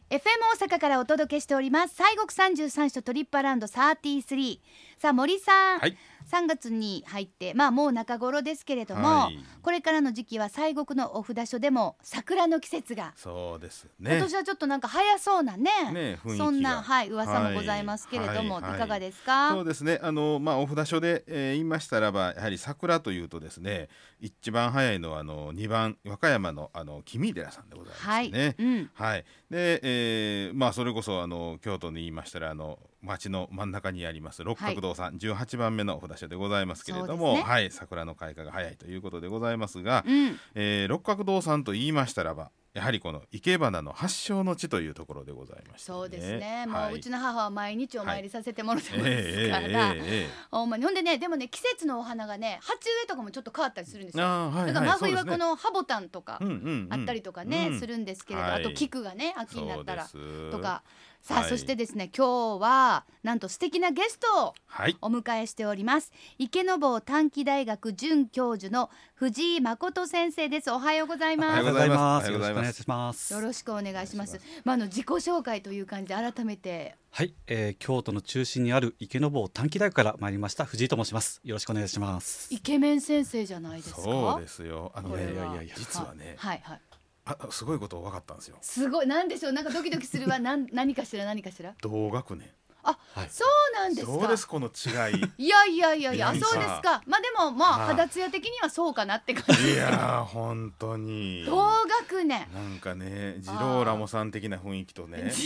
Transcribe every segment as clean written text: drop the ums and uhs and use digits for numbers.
FM 大阪からお届けしております西国33所トリップアラウンド33。さあ森さん、 はい、 3月に入ってもう中頃ですけれども、 はい、 これからの時期は西国のお札所でも桜の季節が、 そうですね。 今年はちょっとなんか早そうなね、 ね、雰囲気がそんな、噂もございますけれども、いかがですか？ そうですね。お札所で、言いましたらば、やはり桜というとですね、一番早いのは2番和歌山の君寺さんでございますね。で、それこそ京都に言いましたら町の真ん中にあります六角堂さん、18番目のお札所でございますけれども、桜の開花が早いということでございますが、六角堂さんと言いましたらば、やはりこの生け花の発祥の地というところでございまして、 そうですね、もううちの母は毎日お参りさせてもらってますから、ほんまに。ほんでね、でもね、季節のお花がね、鉢植えとかもちょっと変わったりするんですよ。だから真冬はこのハボタンとかあったりとかね、するんですけれど、あと菊がね、秋になったらとか。さあ、そしてですね、今日はなんと素敵なゲストをお迎えしております。池坊短期大学准教授の藤井誠先生です。おはようございます。 おはようございます。よろしくお願いします。 よろしくお願いします。自己紹介という感じで改めて。 はい、京都の中心にある池坊短期大学から参りました藤井と申します。よろしくお願いします。 イケメン先生じゃないですか？ そうですよ。実はね、すごいこと分かったんですよ。 すごい、なんでしょう、なんかドキドキするわ。何かしら。 同学年。 そうなんですか。 そうです、この違い。 いや、そうですか。でも肌ツヤ的にはそうかなって感じ。 いや本当に同学年なんかね、ジローラモさん的な雰囲気とね、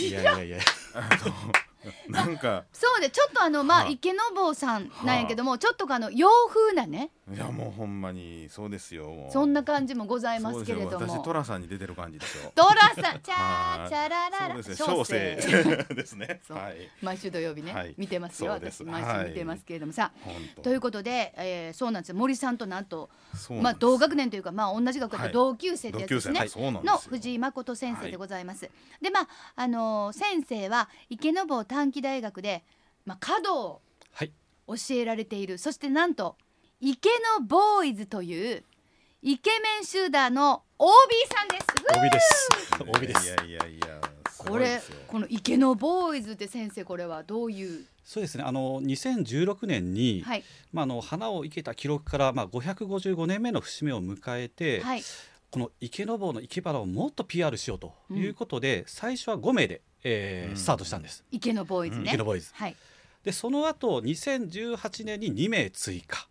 なんかそうで、ちょっと池坊さんなんやけども、ちょっと洋風なね。 いや、もうほんまにそうですよ。もうそんな感じもございますけれども、 私トラさんに出てる感じですよ。 トラさん、チャーチャラララ、 小生ですね。 毎週土曜日ね、見てますよ。私毎週見てますけれどもさ、ということで、そうなんですよ。森さんとなんと同学年というか、同じ学校で同級生ってやつですね、の藤井誠先生でございます。で先生は池坊短期大学で華道を教えられている、そしてなんと池のボーイズというイケメン集団の OB さんです。 OB です。 この池のボーイズって先生、これはどういう？ そうですね、2016年に、花を生けた記録から555年目の節目を迎えて、この池坊の生け花をもっと PR しようということで、最初は5名で、スタートしたんです。 池のボーイズね。 池のボーイズ、でその後2018年に2名追加、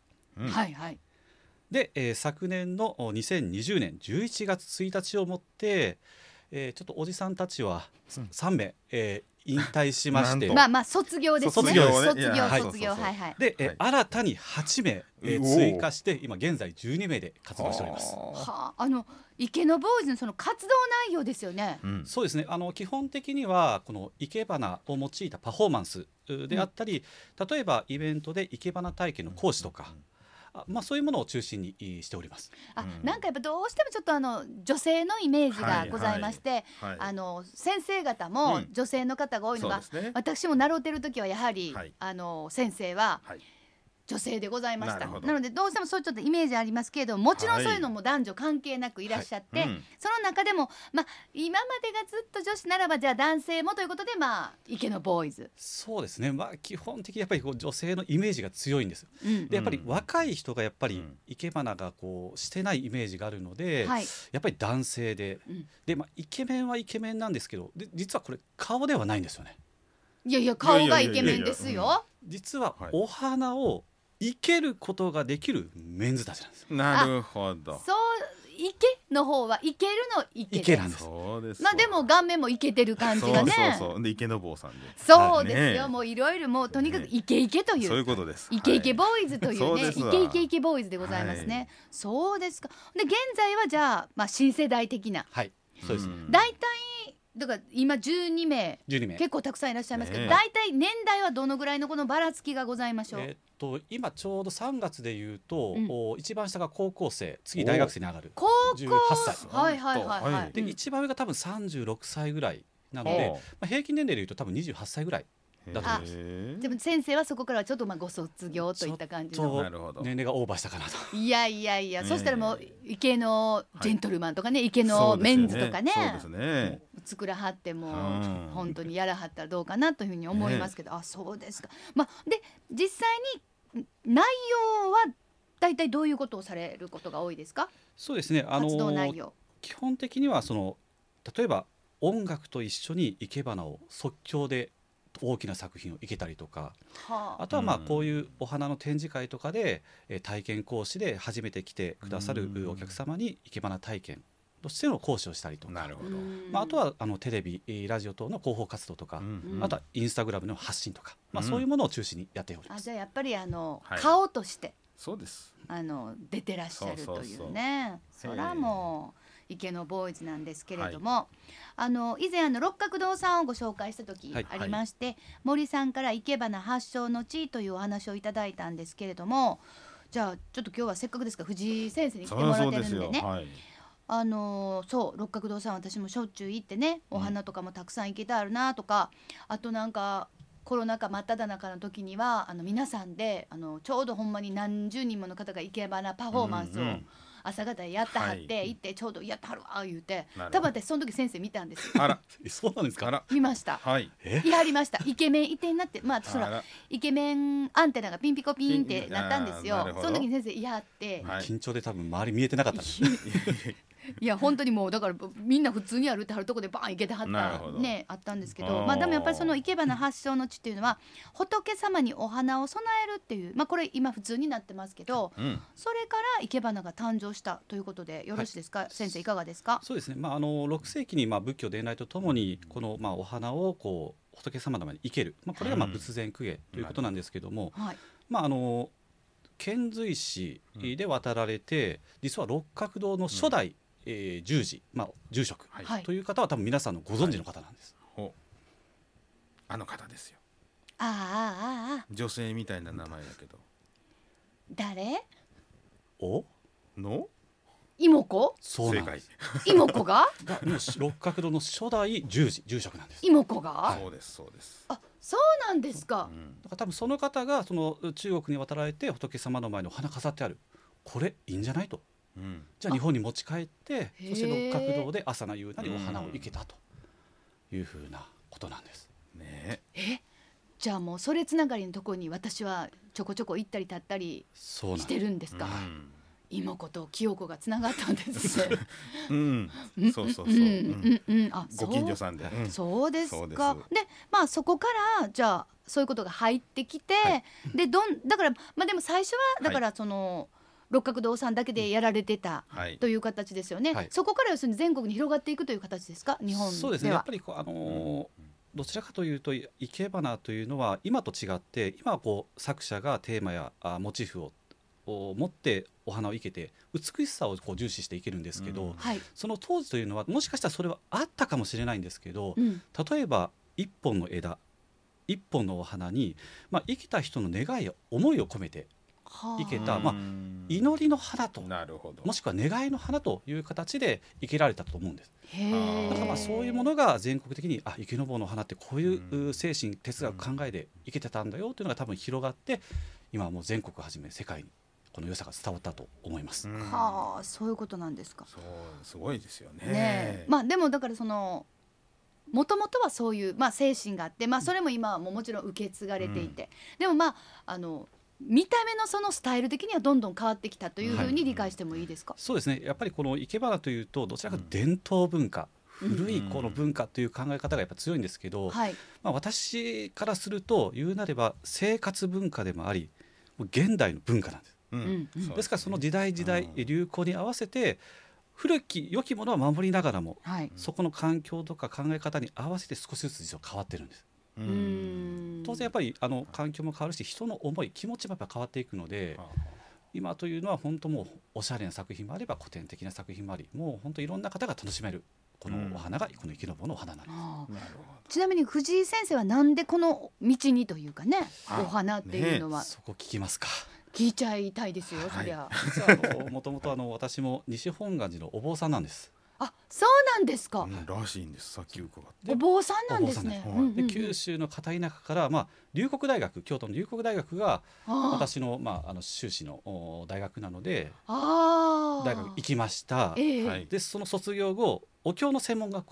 で、昨年の2020年11月1日をもって、ちょっとおじさんたちは3名、引退しまして、 卒業ですね。卒業で、新たに8名、追加して今現在12名で活動しております。 池のボーイズのその活動内容ですよね。 そうですね、基本的にはこの生け花を用いたパフォーマンスであったり、例えばイベントで生け花体験の講師とか、そういうものを中心にしております。 なんかやっぱどうしてもちょっと女性のイメージがございまして、先生方も女性の方が多いのが、私も習ってる時はやはり、先生は女性でございました。なのでどうしてもそういうちょっとイメージありますけれども、もちろんそういうのも男女関係なくいらっしゃって、その中でも今までがずっと女子ならば、じゃあ男性もということで池のボーイズ。 そうですね、基本的にやっぱり女性のイメージが強いんですよ。でやっぱり若い人がやっぱり生け花がしてないイメージがあるので、やっぱり男性で、イケメンはイケメンなんですけど、実はこれ顔ではないんですよね。 いや顔がイケメンですよ。 実はお花を生けることができるメンズたちなんです。 なるほど。 そう、池の方は生けるの池なんです。 でも顔面もイケてる感じがね。 で池坊さんで。 そうですよ。もういろいろ、もうとにかくイケイケという。 そういうことです。 イケイケボーイズというね、イケボーイズでございますね。そうですか。で現在はじゃあ新世代的な。 そうです。 大体だから今12名結構たくさんいらっしゃいますけど、大体年代はどのぐらいのこのばらつきがございましょう？ 今ちょうど3月でいうと、一番下が高校生、次大学生に上がる高校 18歳、で一番上が多分36歳ぐらいなので、平均年齢でいうと多分28歳ぐらいだと思います。 でも先生はそこからはちょっとご卒業といった感じの年齢がオーバーしたかなと。 いや、そしたらもう池のジェントルマンとかね、池のメンズとかね、 作らはっても本当にやらはったらどうかなというふうに思いますけど、あ、そうですか。で実際に内容はだいたいどういうことをされることが多いですか？ そうですね、 活動内容。 基本的には例えば音楽と一緒に生け花を即興で大きな作品を生けたりとか、あとはこういうお花の展示会とかで体験講師で初めて来てくださるお客様に生け花体験としての講師をしたりとか、 なるほど、あとはテレビラジオ等の広報活動とか、あとはインスタグラムの発信とか、そういうものを中心にやっております。 じゃあやっぱり顔としてそうです出てらっしゃるというね。それはもう池のボーイズなんですけれども、以前六角堂さんをご紹介した時ありまして、森さんから生け花発祥の地というお話をいただいたんですけれども、じゃあちょっと今日はせっかくですから藤井先生に来てもらってるんでね、そう六角堂さん私もしょっちゅう行ってね、お花とかもたくさん生けてあるなとか、あとなんかコロナ禍真っ只中の時には皆さんでちょうどほんまに何十人もの方が生け花パフォーマンスを朝方やったはって、行ってちょうどやったはるわ言うて、多分私その時先生見たんですよ。 あらそうなんですか？ 見ました。やはりました。イケメンいてになって、イケメンアンテナがピンピコピンってなったんですよ。その時に先生やって、 緊張で多分周り見えてなかったんですいや本当にもうだからみんな普通に歩いてはるとこでバーン行けてはったねあったんですけど、でもやっぱりその生け花発祥の地っていうのは仏様にお花を供えるっていう、これ今普通になってますけど、それから生け花が誕生したということでよろしいですか？先生いかがですか？ そうですね、6世紀に仏教伝来とともにこのお花を仏様の前に生ける、これが仏前供芸ということなんですけども、遣隋使で渡られて、実は六角堂の初代住持、住職という方は多分皆さんのご存知の方なんです。 あの方ですよ。 女性みたいな名前だけど誰？ の妹子？ そうなんです。 妹子が六角堂の初代住職なんです。 妹子が？ そうですそうです。 そうなんですか。 だから多分その方がその中国に渡られて仏様の前にお花飾ってある、これいいんじゃないと、じゃあ日本に持ち帰って、そして六角堂で朝の夕なにお花を生けたというふうなことなんですね。 じゃあもうそれつながりのところに私はちょこちょこ行ったり立ったりしてるんですか？妹子と清子がつながったんですね。 そうご近所さんで。 そうですか。でそこからじゃあそういうことが入ってきて、でだからでも最初はだからその六角堂さんだけでやられてたという形ですよね。そこから要するに全国に広がっていくという形ですか？日本では。 そうですね、やっぱりどちらかというと生け花というのは今と違って、今は作者がテーマやモチーフを持ってお花を生けて美しさを重視していけるんですけど、その当時というのはもしかしたらそれはあったかもしれないんですけど、例えば一本の枝一本のお花に、生きた人の願いや思いを込めて生けた、祈りの花と、もしくは願いの花という形で生けられたと思うんです。だからそういうものが全国的に池坊の花ってこういう精神哲学考えで生けてたんだよというのが多分広がって、今はもう全国はじめ世界にこの良さが伝わったと思います。 そういうことなんですか。 すごいですよね。 でもだからもともとはそういう、精神があって、それも今はもちろん受け継がれていて、でも見た目のそのスタイル的にはどんどん変わってきたというふうに理解してもいいですか？ そうですね、やっぱりこの生け花というとどちらかというと伝統文化、古いこの文化という考え方がやっぱ強いんですけど、私からすると言うなれば生活文化でもあり現代の文化なんです。ですからその時代時代流行に合わせて古き良きものは守りながらも、そこの環境とか考え方に合わせて少しずつ実は変わってるんです。当然やっぱり環境も変わるし、人の思い気持ちもやっぱ変わっていくので、今というのは本当もうおしゃれな作品もあれば古典的な作品もあり、もう本当いろんな方が楽しめるこのお花がこの池坊のお花なんです。 ちなみに藤井先生はなんでこの道にというかね、お花っていうのは、 そこ聞きますか？ 聞いちゃいたいですよ、そりゃ。 実はもともと私も西本願寺のお坊さんなんです。 そうなんですか。 らしいんです。さっき伺って。 お坊さんなんですね。 で九州の片田舎から龍谷大学、京都の龍谷大学が私の修士の大学なので大学行きました。でその卒業後お経の専門学校に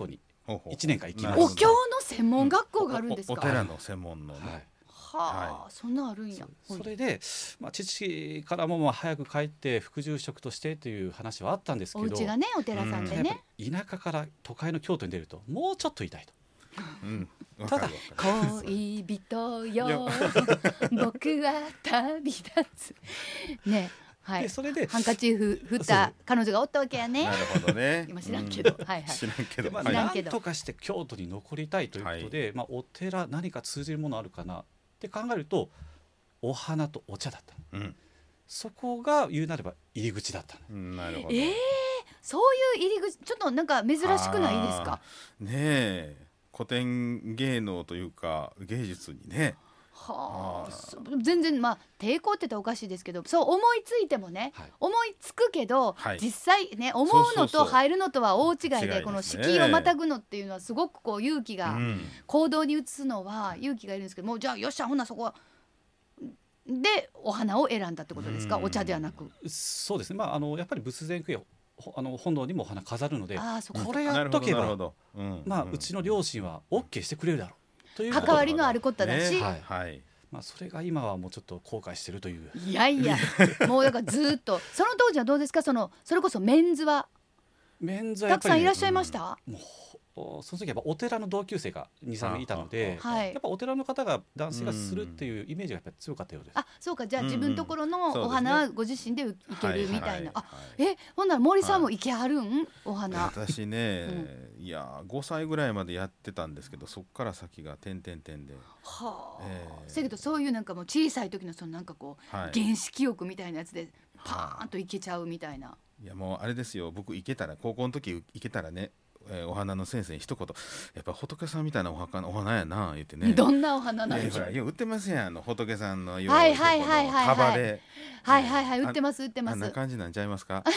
1年間行きます。 お経の専門学校があるんですか？ お寺の専門のね、 はあ、そんなあるんや。 それで、父からも早く帰って副住職としてという話はあったんですけど、 お家がねお寺さんでね、 田舎から都会の京都に出るともうちょっといたいと。 ただ恋人よ僕は旅立つね。はい、でそれでハンカチーフ振った彼女がおったわけやね。 なるほどね。 今知らんけど、はいはい。 知らんけど、 なんとかして京都に残りたいということで、お寺何か通じるものあるかなって考えるとお花とお茶だった、そこが言うなれば入り口だった、 なるほど。 そういう入り口ちょっとなんか珍しくないですか？ ねえ、古典芸能というか芸術にね。 全然抵抗って言ったらおかしいですけど、そう思いついてもね、思いつくけど、実際ね思うのと入るのとは大違いで、この敷居をまたぐのっていうのはすごくこう勇気が、行動に移すのは勇気がいるんですけども、じゃあよっしゃほなそこでお花を選んだってことですか？お茶ではなく。 そうですね。やっぱり仏前供養本堂にもお花飾るので、これやっとけばうちの両親は OK してくれるだろう。 関わりのあることだし、 それが今はもうちょっと後悔してるという。 いやいやもうだからずっとその当時はどうですか？それこそメンズはたくさんいらっしゃいました？ その時はお寺の同級生が 2,3 名いたので、やっぱお寺の方が男性がするっていうイメージがやっぱり強かったようです。 そうか、じゃあ自分のところのお花はご自身でいけるみたいな。ほんなら森さんもいけはるん？お花。 私ね、いや5歳ぐらいまでやってたんですけど、そっから先が点々点で。 せやけどそういうなんかもう小さい時のそのなんかこう原始記憶みたいなやつでパーンといけちゃうみたいな。 いやもうあれですよ、僕いけたら高校の時いけたらね、お花の先生に一言、やっぱ仏さんみたいなお花やな言ってね。 どんなお花なんでしょう？ 売ってますやん、仏さんのはいはいはいはい束で、 売ってます売ってます。 あんな感じなんちゃいますか？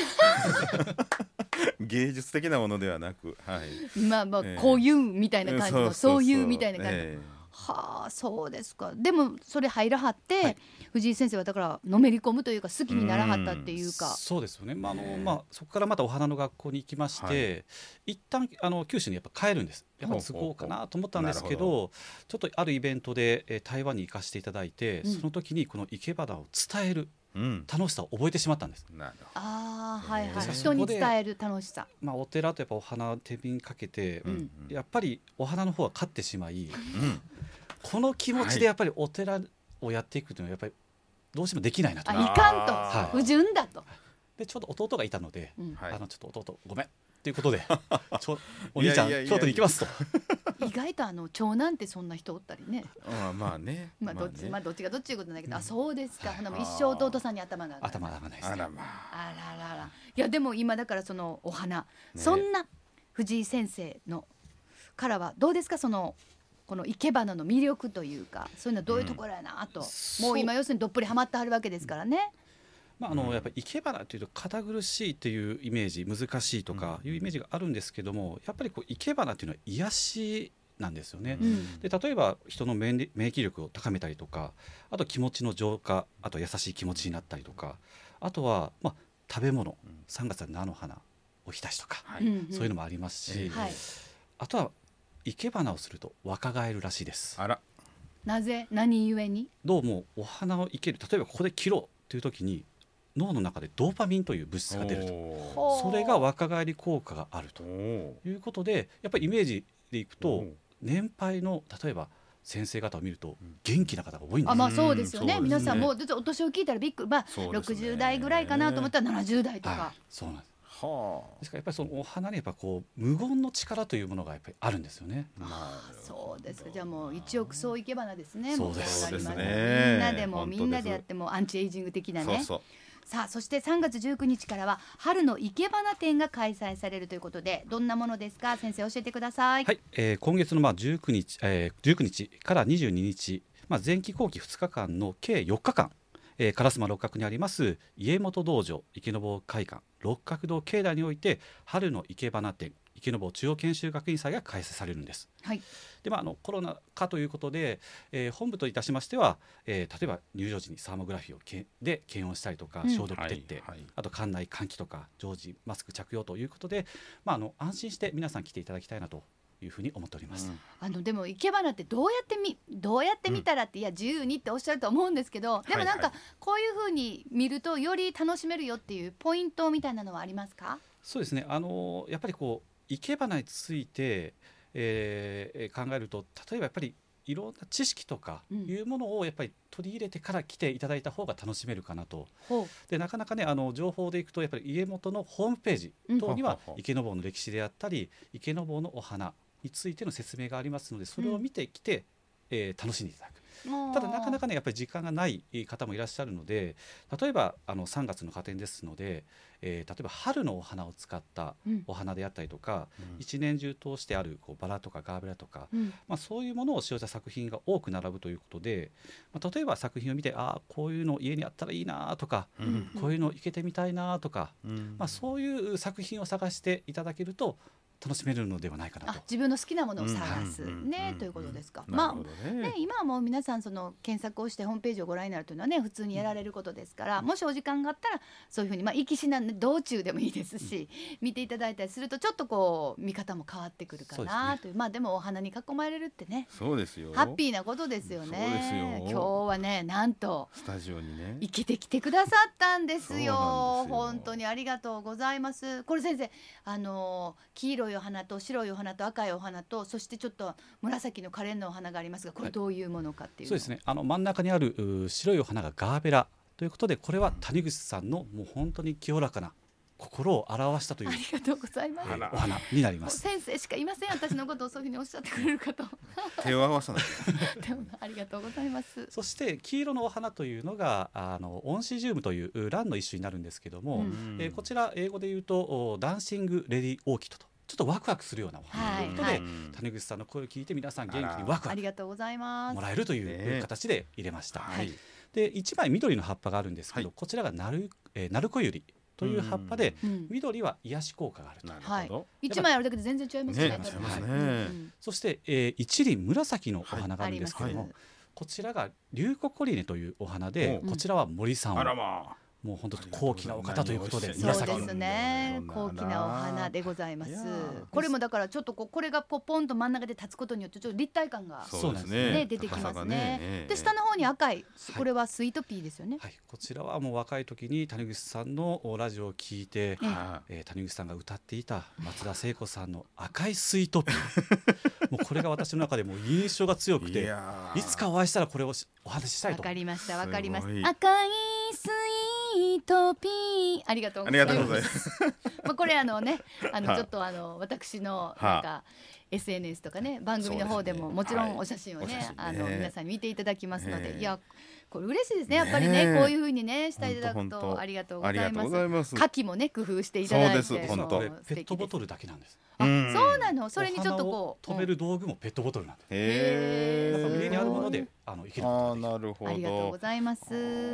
芸術的なものではなく、 こういうみたいな感じの、そういうみたいな感じ。そうですか。でもそれ入らはって、藤井先生はだからのめり込むというか好きにならはったっていうか。 そうですよね。そこからまたお花の学校に行きまして、一旦九州にやっぱ帰るんです。やっぱ継ごうかなと思ったんですけど、ちょっとあるイベントで台湾に行かせていただいて、その時にこの生け花を伝える楽しさを覚えてしまったんです。 人に伝える楽しさ。 お寺とやっぱお花を手にかけて、やっぱりお花の方は勝ってしまい、この気持ちでやっぱりお寺をやっていくというのはやっぱりどうしてもできないなと。 いかんと、不純だと。 でちょうど弟がいたので、ちょっと弟ごめんということでお兄ちゃん京都に行きますと。 意外と長男ってそんな人おったりね。どっちがどっちいうことだけど、そうですか。一生弟さんに頭が上がらないです。あららら。いやでも今だからそのお花、そんな藤井先生のからはどうですか？この生け花の魅力というか、そういうのはどういうところやなと。もう今要するにどっぷりハマってはるわけですからね。 やっぱり生け花というと堅苦しいというイメージ、難しいとかいうイメージがあるんですけども、やっぱり生け花というのは癒しなんですよね。で例えば人の免疫力を高めたりとか、あと気持ちの浄化、あと優しい気持ちになったりとか、あとは食べ物、3月は菜の花おひたしとか、そういうのもありますし、あとは生け花をすると若返るらしいです。 なぜ？何故に？ どうもお花を生ける、例えばここで切ろうという時に脳の中でドーパミンという物質が出ると、それが若返り効果があるということで、やっぱりイメージでいくと年配の例えば先生方を見ると元気な方が多いんです。 そうですよね。皆さんもお年を聞いたらびっくり、60代ぐらいかなと思ったら70代とか。 そうなんです。ですからやっぱりそのお花にやっぱ無言の力というものがやっぱりあるんですよね。 そうですか。じゃあもう一億総生け花ですね。 そうですね。みんなでやってもアンチエイジング的なね。さあそして3月19日からは春の生け花展が開催されるということで、どんなものですか？先生教えてください。 今月の19日から22日、前期後期2日間の計4日間、烏丸六角にあります家元道場池坊会館六角堂境内において春の生け花展池坊中央研修学院祭が開催されるんです。でコロナ禍ということで、本部といたしましては、例えば入場時にサーモグラフィーで検温したりとか、消毒徹底、あと館内換気とか常時マスク着用ということで、安心して皆さん来ていただきたいなというふうに思っております。 でも生け花ってどうやって見たらって、いや自由にっておっしゃると思うんですけど、でもなんかこういうふうに見るとより楽しめるよっていうポイントみたいなのはありますか？ そうですね、やっぱりこう生け花について、考えると、例えばやっぱりいろんな知識とかいうものをやっぱり取り入れてから来ていただいた方が楽しめるかなと。でなかなかね情報でいくとやっぱり家元のホームページ等には池坊の歴史であったり池坊のお花についての説明がありますので、それを見てきて、楽しんでいただく。ただなかなかねやっぱり時間がない方もいらっしゃるので、例えば3月の花展ですので、例えば春のお花を使ったお花であったりとか、一年中通してあるこうバラとかガーベラとか、そういうものを使用した作品が多く並ぶということで、例えば作品を見てこういうの家にあったらいいなとか、こういうの生けてみたいなとか、そういう作品を探していただけると楽しめるのではないかなと。 自分の好きなものを探す、ということですか。今はもう皆さんその検索をしてホームページをご覧になるというのはね普通にやられることですから、もしお時間があったらそういうふうに行きしな道中でもいいですし、見ていただいたりするとちょっとこう見方も変わってくるかなという。でもお花に囲まれるってね、 そうですよ、 ハッピーなことですよね。今日はねなんとスタジオにね生きてきてくださったんですよ。本当にありがとうございます。これ先生黄色いお花と白いお花と赤いお花と、そしてちょっと紫の可憐なお花がありますが、これどういうものかっていうの。 そうですね、真ん中にある白いお花がガーベラということで、これは谷口さんのもう本当に清らかな心を表したというありがとうございます。 お花になります。 先生しかいません、私のことをそういうふうにおっしゃってくれる方手を合わさないでもありがとうございます。 そして黄色のお花というのがオンシジウムというランの一種になるんですけども、こちら英語で言うとダンシングレディオーキッドと、ちょっとワクワクするようなお花ということで、谷口さんの声を聞いて皆さん元気にワクワクもらえるという形で入れました。で1枚緑の葉っぱがあるんですけど、こちらがナルコユリという葉っぱで、緑は癒し効果があると。 1枚あるだけで全然違いますね。 そして一輪紫のお花があるんですけども、こちらがリュウココリネというお花で、こちらは森さんをもう本当高貴なお方ということで、 そうですね、高貴なお花でございます。これもだからちょっとこれがポンと真ん中で立つことによってちょっと立体感が出てきますね。で下の方に赤い、これはスイートピーですよね。 こちらはもう若い時に谷口さんのラジオを聞いて、谷口さんが歌っていた松田聖子さんの赤いスイートピーもうこれが私の中でも印象が強くて、いつかお会いしたらこれをお話ししたいと。 わかりました赤いスイートピー、ありがとうございます。これちょっと私のなんかSNS とかね番組の方でももちろんお写真をね皆さんに見ていただきますので、いやこれ嬉しいですね、やっぱりねこういう風にねしていただくとありがとうございます。牡蠣もね工夫していただいて、 ペットボトルだけなんです。 そうなの。それにちょっとこう止める道具もペットボトルなんです。家にあるものでいけることです。 なるほど、 ありがとうございます。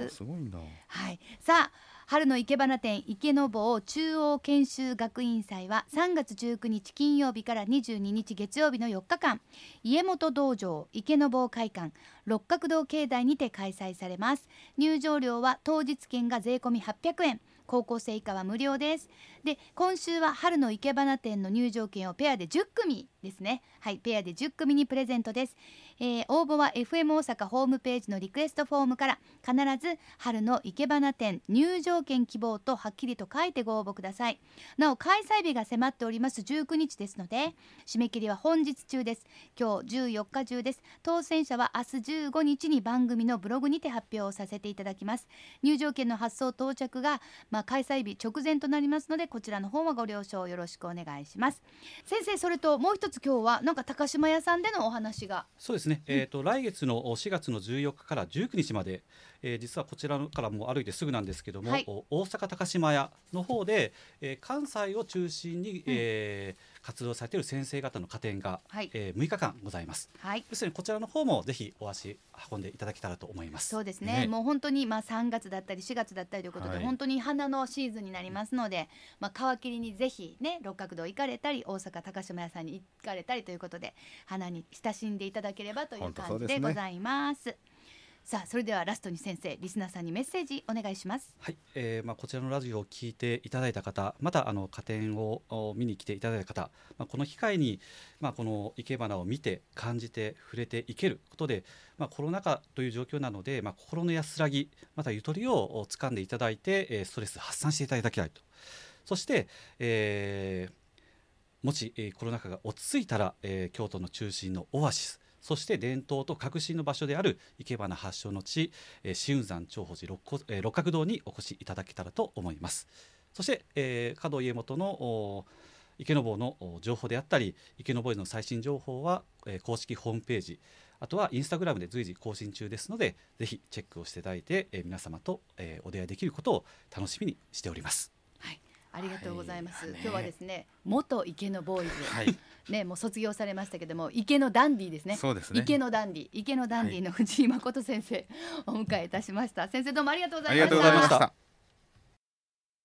すごいな。 さあ春の生け花展池坊中央研修学院祭は3月19日金曜日から22日月曜日の4日間、家元道場池坊会館六角堂境内にて開催されます。入場料は当日券が税込み800円、高校生以下は無料です。で今週は春の生け花展の入場券をペアで10組ですね。ペアで10組にプレゼントです。応募は FM 大阪ホームページのリクエストフォームから必ず春の生け花展入場券希望とはっきりと書いてご応募ください。なお開催日が迫っております19日ですので、締め切りは本日中です。今日14日中です。当選者は明日15日に番組のブログにて発表をさせていただきます。入場券の発送到着が、開催日直前となりますので、こちらの方はご了承よろしくお願いします。先生、それともう一つ今日はなんか高島屋さんでのお話が。 そうですね、来月の4月の14日から19日まで、実はこちらからもう歩いてすぐなんですけども、大阪高島屋の方で、関西を中心に、活動されている先生方の個展が、6日間ございます。ですのでこちらの方もぜひお足運んでいただけたらと思います。 そうですね、もう本当に3月だったり4月だったりということで、本当に花のシーズンになりますので、皮切りにぜひね六角堂行かれたり大阪高島屋さんに行かれたりということで、花に親しんでいただければという感じでございます。 さあそれではラストに先生、リスナーさんにメッセージお願いします。 はい、こちらのラジオを聞いていただいた方、また個展を見に来ていただいた方、この機会に、この生け花を見て感じて触れていけることで、コロナ禍という状況なので、心の安らぎまたゆとりを掴んでいただいて、ストレス発散していただきたいと。そして、もし、コロナ禍が落ち着いたら、京都の中心のオアシス、そして伝統と革新の場所である生け花発祥の地、紫雲山長宝寺六角堂にお越しいただけたらと思います。そして、華道家元の池坊の情報であったり、池坊の最新情報は、公式ホームページ、あとはインスタグラムで随時更新中ですので、ぜひチェックをしていただいて、皆様と、お出会いできることを楽しみにしております。 はい、ありがとうございます。今日はですね、元池のボーイズ、ね、もう卒業されましたけども、池のダンディですね。 そうですね。 池のダンディの藤井誠先生をお迎えいたしました。先生どうもありがとうございました。 ありがとうございました。